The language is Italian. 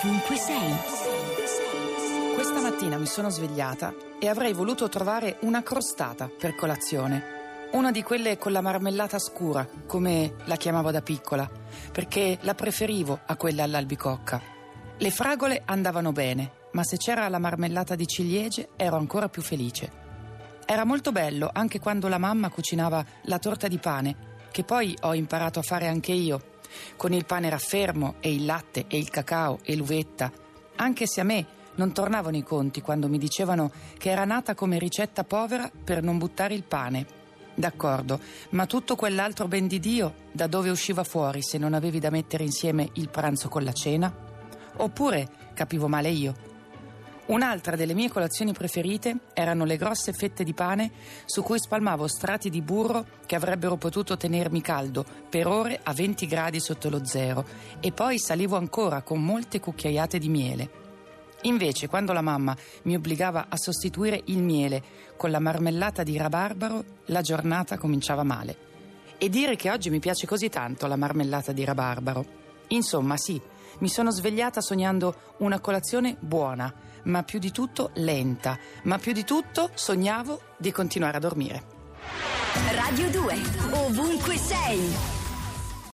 ovunque sei. Questa mattina mi sono svegliata e avrei voluto trovare una crostata per colazione. Una di quelle con la marmellata scura, come la chiamavo da piccola, perché la preferivo a quella all'albicocca. Le fragole andavano bene, ma se c'era la marmellata di ciliegie ero ancora più felice. Era molto bello anche quando la mamma cucinava la torta di pane, che poi ho imparato a fare anche io, con il pane raffermo e il latte e il cacao e l'uvetta, anche se a me non tornavano i conti quando mi dicevano che era nata come ricetta povera per non buttare il pane. D'accordo, ma tutto quell'altro ben di Dio da dove usciva fuori se non avevi da mettere insieme il pranzo con la cena? Oppure capivo male io? Un'altra delle mie colazioni preferite erano le grosse fette di pane su cui spalmavo strati di burro che avrebbero potuto tenermi caldo per ore a 20 gradi sotto lo zero, e poi salivo ancora con molte cucchiaiate di miele. Invece, quando la mamma mi obbligava a sostituire il miele con la marmellata di rabarbaro, la giornata cominciava male. E dire che oggi mi piace così tanto la marmellata di rabarbaro. Insomma, sì, mi sono svegliata sognando una colazione buona, ma più di tutto lenta, ma più di tutto sognavo di continuare a dormire. Radio 2, ovunque sei.